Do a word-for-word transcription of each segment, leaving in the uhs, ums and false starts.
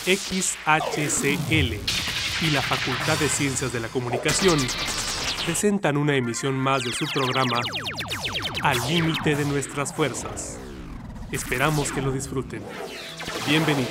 X H C L y la Facultad de Ciencias de la Comunicación presentan una emisión más de su programa Al límite de nuestras fuerzas. Esperamos que lo disfruten. Bienvenidos.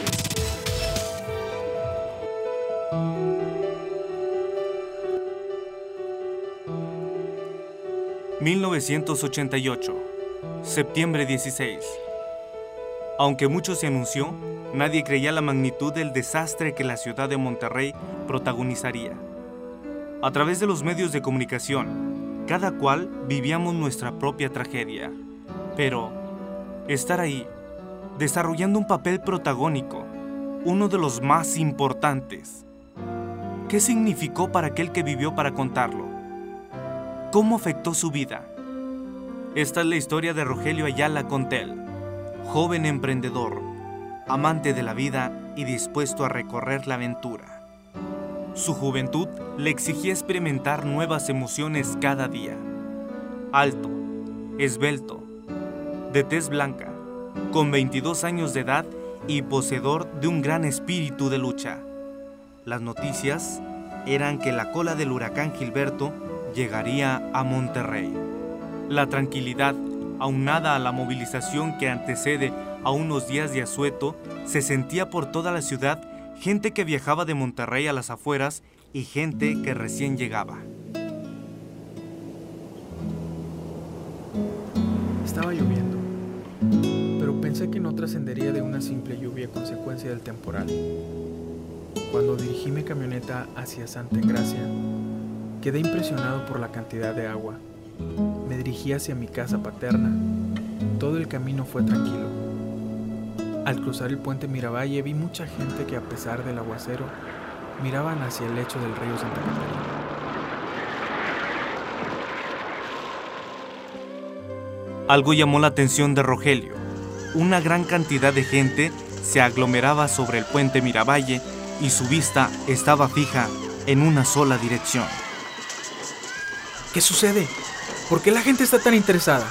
mil novecientos ochenta y ocho, septiembre dieciséis. Aunque mucho se anunció, nadie creía la magnitud del desastre que la ciudad de Monterrey protagonizaría. A través de los medios de comunicación, cada cual vivíamos nuestra propia tragedia. Pero estar ahí, desarrollando un papel protagónico, uno de los más importantes. ¿Qué significó para aquel que vivió para contarlo? ¿Cómo afectó su vida? Esta es la historia de Rogelio Ayala Contel, joven emprendedor, amante de la vida y dispuesto a recorrer la aventura. Su juventud le exigía experimentar nuevas emociones cada día. Alto, esbelto, de tez blanca, con veintidós años de edad y poseedor de un gran espíritu de lucha. Las noticias eran que la cola del huracán Gilberto llegaría a Monterrey. La tranquilidad, aunada a la movilización que antecede a unos días de asueto, se sentía por toda la ciudad, gente que viajaba de Monterrey a las afueras y gente que recién llegaba. Estaba lloviendo, pero pensé que no trascendería de una simple lluvia consecuencia del temporal. Cuando dirigí mi camioneta hacia Santa Engracia, quedé impresionado por la cantidad de agua. Me dirigí hacia mi casa paterna. Todo el camino fue tranquilo. Al cruzar el puente Miravalle vi mucha gente que, a pesar del aguacero, miraban hacia el lecho del río Santa Catarina. Algo llamó la atención de Rogelio. Una gran cantidad de gente se aglomeraba sobre el puente Miravalle y su vista estaba fija en una sola dirección. ¿Qué sucede? ¿Por qué la gente está tan interesada?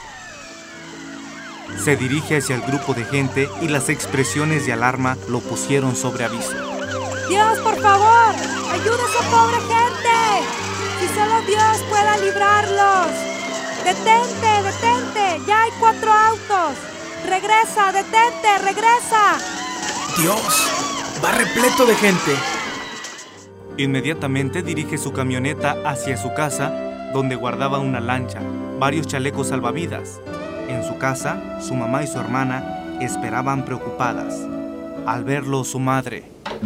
Se dirige hacia el grupo de gente y las expresiones de alarma lo pusieron sobre aviso. ¡Dios, por favor! ¡Ayuda a esa pobre gente! ¡Si solo Dios pueda librarlos! ¡Detente, detente! ¡Ya hay cuatro autos! ¡Regresa, detente, regresa! ¡Dios! ¡Va repleto de gente! Inmediatamente dirige su camioneta hacia su casa, donde guardaba una lancha, varios chalecos salvavidas. En su casa, su mamá y su hermana esperaban preocupadas. Al verlo, su madre: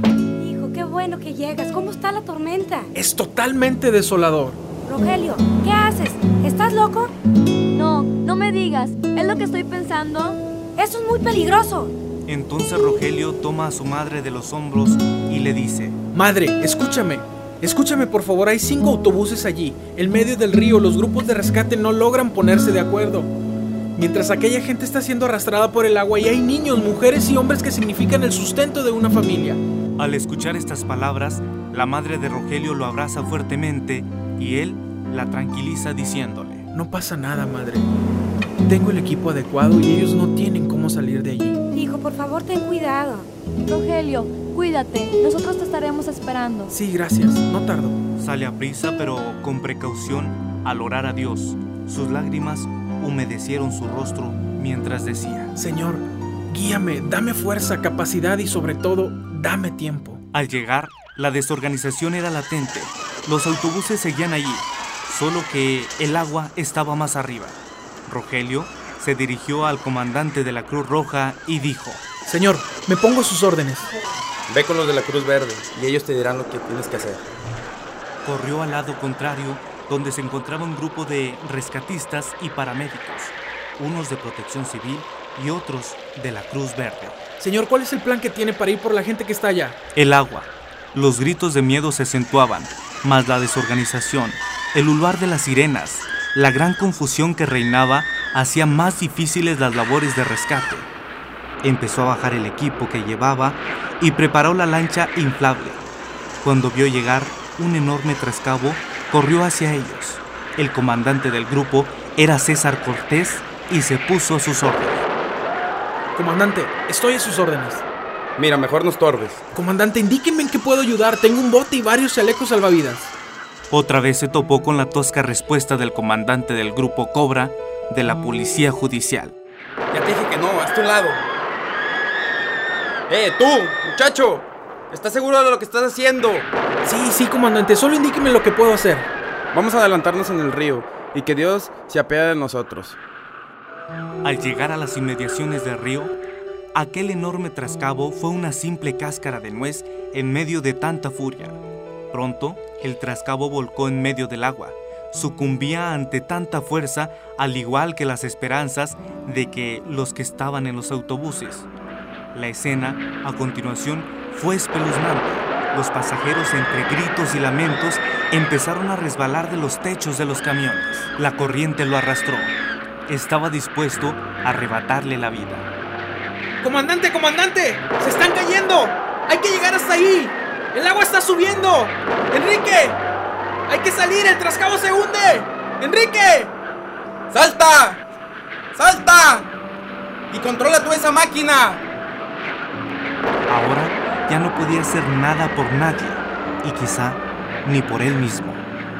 Hijo, qué bueno que llegas. ¿Cómo está la tormenta? Es totalmente desolador. Rogelio, ¿qué haces? ¿Estás loco? No, no me digas. ¿Es lo que estoy pensando? Eso es muy peligroso. Entonces Rogelio toma a su madre de los hombros y le dice: Madre, escúchame. Escúchame, por favor, hay cinco autobuses allí. En medio del río, los grupos de rescate no logran ponerse de acuerdo. Mientras aquella gente está siendo arrastrada por el agua y hay niños, mujeres y hombres que significan el sustento de una familia. Al escuchar estas palabras, la madre de Rogelio lo abraza fuertemente y él la tranquiliza diciéndole: No pasa nada, madre. Tengo el equipo adecuado y ellos no tienen cómo salir de allí. Hijo, por favor, ten cuidado. Rogelio, cuídate. Nosotros te estaremos esperando. Sí, gracias. No tardo. Sale a prisa, pero con precaución, al orar a Dios. Sus lágrimas humedecieron su rostro mientras decía: Señor, guíame, dame fuerza, capacidad y sobre todo, dame tiempo. Al llegar, la desorganización era latente. Los autobuses seguían allí, solo que el agua estaba más arriba. Rogelio se dirigió al comandante de la Cruz Roja y dijo: Señor, me pongo a sus órdenes. Ve con los de la Cruz Verde y ellos te dirán lo que tienes que hacer. Corrió al lado contrario, donde se encontraba un grupo de rescatistas y paramédicos, unos de Protección Civil y otros de la Cruz Verde. Señor, ¿cuál es el plan que tiene para ir por la gente que está allá? El agua. Los gritos de miedo se acentuaban, más la desorganización, el ulular de las sirenas, la gran confusión que reinaba hacía más difíciles las labores de rescate. Empezó a bajar el equipo que llevaba y preparó la lancha inflable. Cuando vio llegar un enorme trascabo, corrió hacia ellos. El comandante del grupo era César Cortés y se puso a sus órdenes. Comandante, estoy a sus órdenes. Mira, mejor no estorbes. Comandante, indíquenme en qué puedo ayudar. Tengo un bote y varios chalecos salvavidas. Otra vez se topó con la tosca respuesta del comandante del grupo Cobra de la Policía Judicial. Ya te dije que no, hazte a un lado. ¡Eh, tú, muchacho! ¿Estás seguro de lo que estás haciendo? Sí, sí, comandante, solo indíqueme lo que puedo hacer. Vamos a adelantarnos en el río y que Dios se apiade de nosotros. Al llegar a las inmediaciones del río, aquel enorme trascabo fue una simple cáscara de nuez en medio de tanta furia. Pronto, el trascabo volcó en medio del agua. Sucumbía ante tanta fuerza, al igual que las esperanzas de que los que estaban en los autobuses. La escena, a continuación, fue espeluznante. Los pasajeros, entre gritos y lamentos, empezaron a resbalar de los techos de los camiones. La corriente lo arrastró. Estaba dispuesto a arrebatarle la vida. ¡Comandante, comandante! ¡Se están cayendo! ¡Hay que llegar hasta ahí! ¡El agua está subiendo! ¡Enrique! ¡Hay que salir! ¡El trascabo se hunde! ¡Enrique! ¡Salta! ¡Salta! ¡Y controla tú esa máquina! Ahora ya no podía hacer nada por nadie, y quizá ni por él mismo.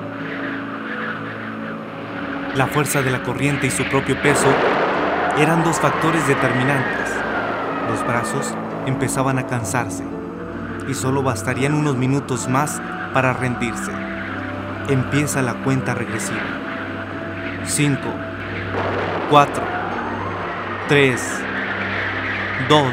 La fuerza de la corriente y su propio peso eran dos factores determinantes. Los brazos empezaban a cansarse, y solo bastarían unos minutos más para rendirse. Empieza la cuenta regresiva. Cinco, cuatro, tres, dos,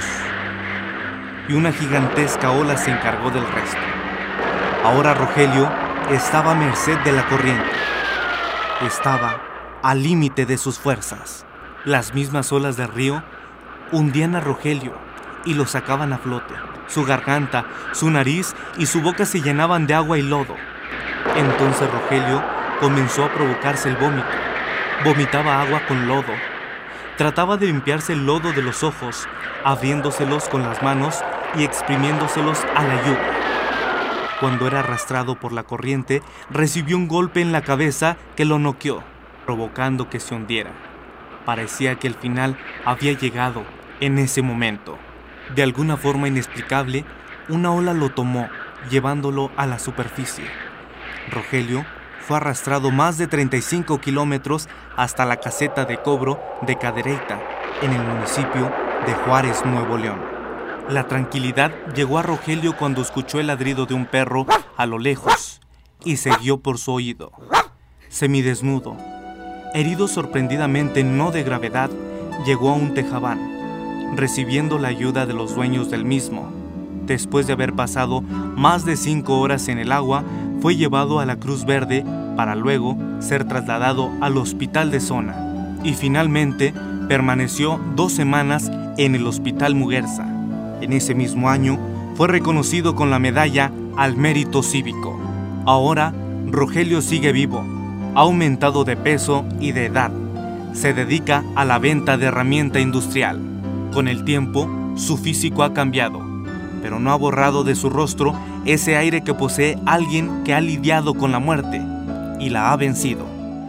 y una gigantesca ola se encargó del resto. Ahora Rogelio estaba a merced de la corriente. Estaba al límite de sus fuerzas. Las mismas olas del río hundían a Rogelio y lo sacaban a flote. Su garganta, su nariz y su boca se llenaban de agua y lodo. Entonces Rogelio comenzó a provocarse el vómito. Vomitaba agua con lodo. Trataba de limpiarse el lodo de los ojos, abriéndoselos con las manos y exprimiéndoselos a la yuga. Cuando era arrastrado por la corriente, recibió un golpe en la cabeza que lo noqueó, provocando que se hundiera. Parecía que el final había llegado en ese momento. De alguna forma inexplicable, una ola lo tomó, llevándolo a la superficie. Rogelio fue arrastrado más de treinta y cinco kilómetros hasta la caseta de cobro de Cadereyta, en el municipio de Juárez, Nuevo León. La tranquilidad llegó a Rogelio cuando escuchó el ladrido de un perro a lo lejos y se guió por su oído. Semidesnudo, herido sorprendidamente no de gravedad, llegó a un tejabán, recibiendo la ayuda de los dueños del mismo. Después de haber pasado más de cinco horas en el agua, fue llevado a la Cruz Verde para luego ser trasladado al hospital de zona y finalmente permaneció dos semanas en el Hospital Muguerza. En ese mismo año fue reconocido con la medalla al mérito cívico. Ahora Rogelio sigue vivo, ha aumentado de peso y de edad. Se dedica a la venta de herramienta industrial. Con el tiempo, su físico ha cambiado, pero no ha borrado de su rostro ese aire que posee alguien que ha lidiado con la muerte y la ha vencido.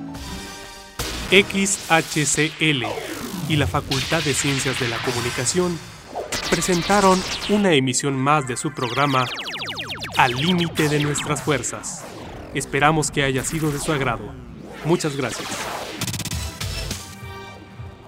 X H C L y la Facultad de Ciencias de la Comunicación presentaron una emisión más de su programa Al límite de nuestras fuerzas. Esperamos que haya sido de su agrado. Muchas gracias.